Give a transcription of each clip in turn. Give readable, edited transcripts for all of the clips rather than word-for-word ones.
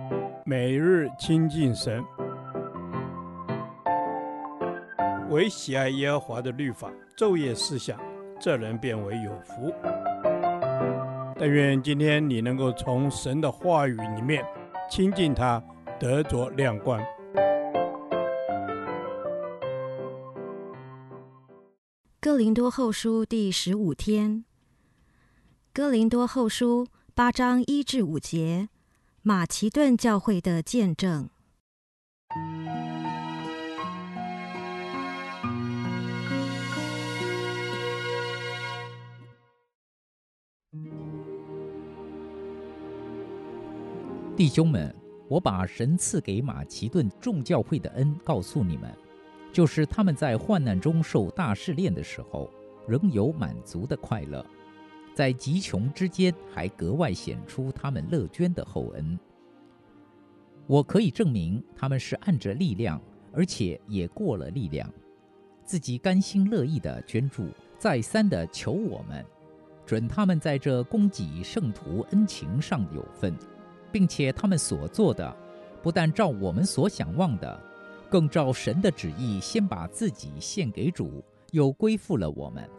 每日亲近神，唯喜爱耶和华的律法，昼夜思想，这人变为有福。但愿今天你能够从神的话语里面亲近他，得着亮光。 哥林多后书第15天，哥林多后书8章1至5节，马其顿教会的见证。 弟兄们，我把神赐给马其顿众教会的恩告诉你们，就是他们在患难中受大试炼的时候，仍有满足的快乐，在极穷之间还格外显出他们乐捐的厚恩。我可以证明他们是按着力量，而且也过了力量，自己甘心乐意的捐助，再三的求我们，准他们在这供给圣徒恩情上有份，并且他们所做的，不但照我们所想望的，更照神的旨意，先把自己献给主，又归附了我们。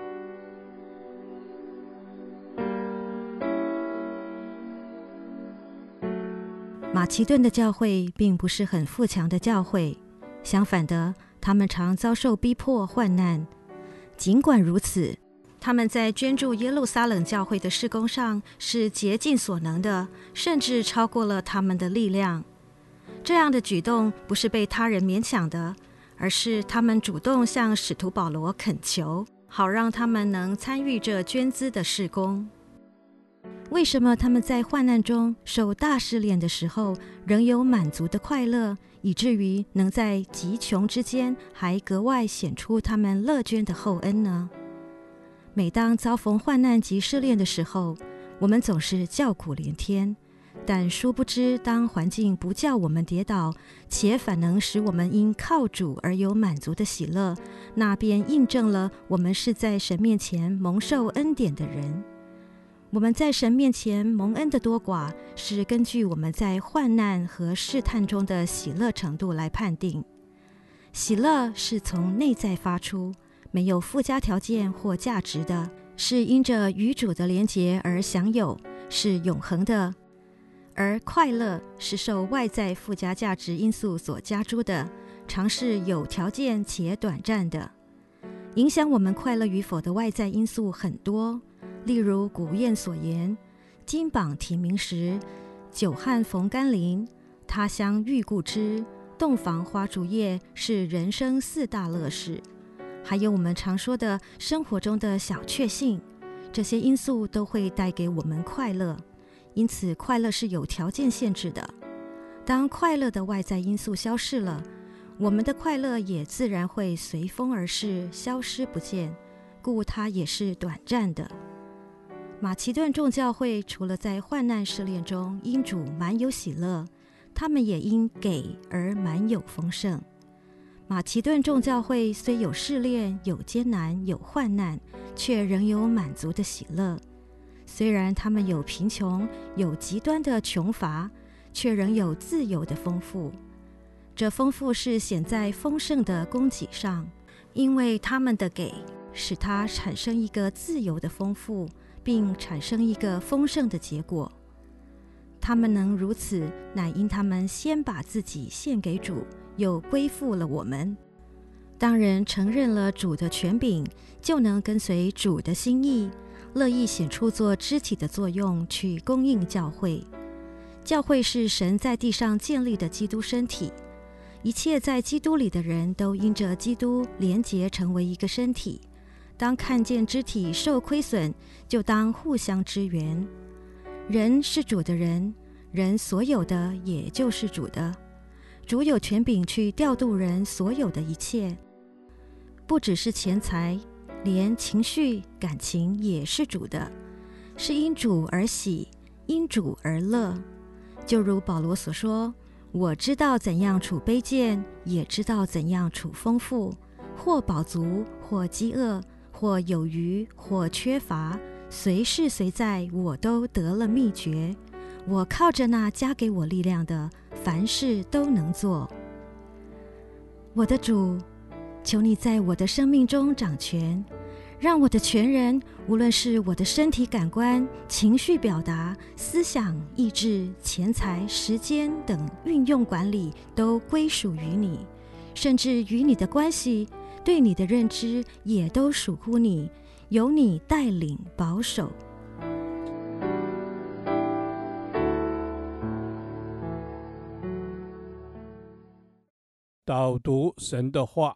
马其顿的教会并不是很富强的教会，相反的，他们常遭受逼迫患难。尽管如此，他们在捐助耶路撒冷教会的事工上是竭尽所能的，甚至超过了他们的力量。这样的举动不是被他人勉强的，而是他们主动向使徒保罗恳求，好让他们能参与这捐资的事工。为什么他们在患难中受大试炼的时候，仍有满足的快乐，以至于能在极穷之间还格外显出他们乐捐的厚恩呢？每当遭逢患难及试炼的时候，我们总是叫苦连天，但殊不知，当环境不叫我们跌倒，且反能使我们因靠主而有满足的喜乐，那便印证了我们是在神面前蒙受恩典的人。我们在神面前蒙恩的多寡，是根据我们在患难和试探中的喜乐程度来判定。喜乐是从内在发出，没有附加条件或价值的，是因着与主的连结而享有，是永恒的。而快乐是受外在附加价值因素所加诸的，常是有条件且短暂的。影响我们快乐与否的外在因素很多，例如古谚所言，金榜题名时，久旱逢甘霖，他乡遇故知，洞房花烛夜是人生4大乐事。还有我们常说的生活中的小确幸，这些因素都会带给我们快乐，因此快乐是有条件限制的。当快乐的外在因素消逝了，我们的快乐也自然会随风而逝，消失不见，故它也是短暂的。马其顿众教会除了在患难试炼中因主满有喜乐，他们也因给而满有丰盛。马其顿众教会虽有试炼，有艰难，有患难，却仍有满足的喜乐。虽然他们有贫穷，有极端的穷乏，却仍有自由的丰富。这丰富是显在丰盛的供给上，因为他们的给，使它产生一个自由的丰富，并产生一个丰盛的结果。他们能如此，乃因他们先把自己献给主，又归附了我们。当人承认了主的权柄，就能跟随主的心意，乐意显出做肢体的作用，去供应教会。教会是神在地上建立的基督身体，一切在基督里的人都因着基督连结成为一个身体。当看见肢体受亏损，就当互相支援。人是主的人，人所有的也就是主的。主有权柄去调度人所有的一切，不只是钱财，连情绪、感情也是主的，是因主而喜，因主而乐。就如保罗所说，我知道怎样处卑贱，也知道怎样处丰富，或饱足，或饥饿，或有余，或缺乏，随事随在，我都得了秘诀。 我靠着那加给我力量的，凡事都能做。我的主，求你在我的生命中掌权，让我的全人，无论是我的身体感官、情绪表达、思想、意志、钱财、时间等运用管理，都归属于你，甚至与你的关系、对你的认知也都属乎你，由你带领保守。 导读神的话。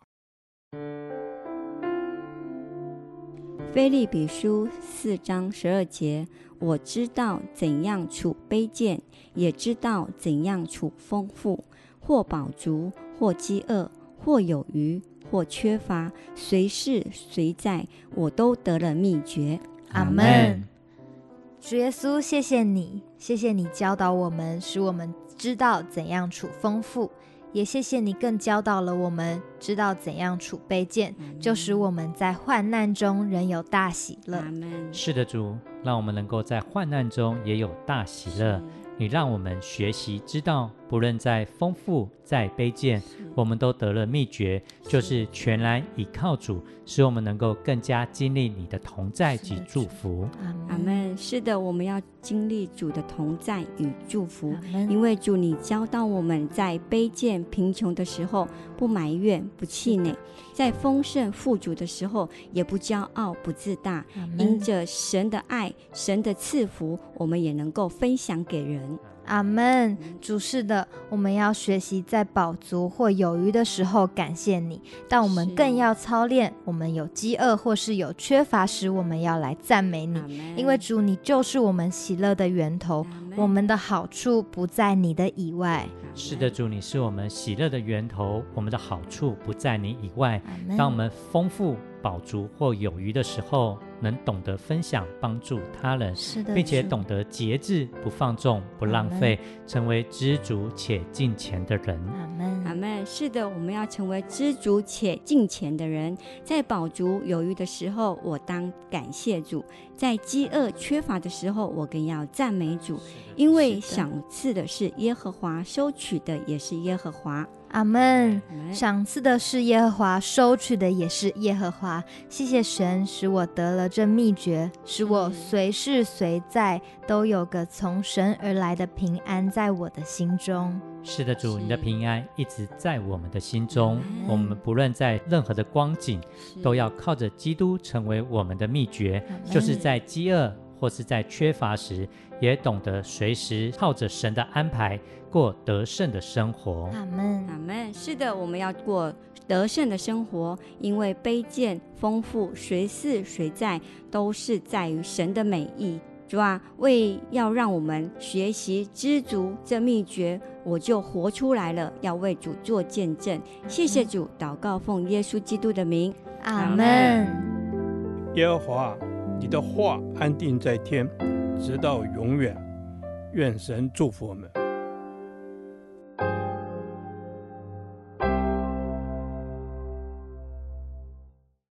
腓立比书4章12节，我知道怎样处卑贱，也知道怎样处丰富，或饱足，或饥饿，或有余，或缺乏，随事随在，我都得了秘诀。 阿们。主耶稣，谢谢你，谢谢你教导我们，使我们知道怎样处丰富，也谢谢你更教导了我们知道怎样处卑贱，就使我们在患难中仍有大喜乐。 是的，主，让我们能够在患难中也有大喜乐。你让我们学习知道，不论在丰富在卑贱，我们都得了秘诀，就是全然倚靠主，使我们能够更加经历你的同在及祝福。 阿们。是的，我们要经历主的同在与祝福，因为主你教导我们在卑贱贫穷的时候不埋怨不气馁，在丰盛富足的时候也不骄傲不自大，因着神的爱神的赐福，我们也能够分享给人。 阿们。主，是的，我们要学习在饱足或有余的时候感谢你，但我们更要操练，我们有饥饿或是有缺乏时，我们要来赞美你，因为主你就是我们喜乐的源头，我们的好处不在你的以外。 是的，主，你是我们喜乐的源头，我们的好处不在你以外。当我们丰富饱足或有余的时候，能懂得分享帮助他人，并且懂得节制，不放纵不浪费，成为知足且敬虔的人。 阿们。是的，我们要成为知足且敬虔的人，在饱足有余的时候，我当感谢主，在饥饿缺乏的时候，我更要赞美主，因为赏赐的是耶和华，收取的也是耶和华。 阿们。赏赐的是耶和华，收取的也是耶和华。谢谢神，使我得了这秘诀，使我随事随在都有个从神而来的平安在我的心中。 是的，主，你的平安一直在我们的心中，我们不论在任何的光景，都要靠着基督成为我们的秘诀，就是在饥饿或是在缺乏时，也懂得随时靠着神的安排过得胜的生活。 阿们。 阿们。是的，我们要过得胜的生活，因为卑贱丰富随事随在都是在于神的美意。主啊，为要让我们学习知足这秘诀，我就活出来了，要为主做见证。谢谢主，祷告奉耶稣基督的名。 阿们。 耶和华，你的话安定在天，直到永远。愿神祝福我们。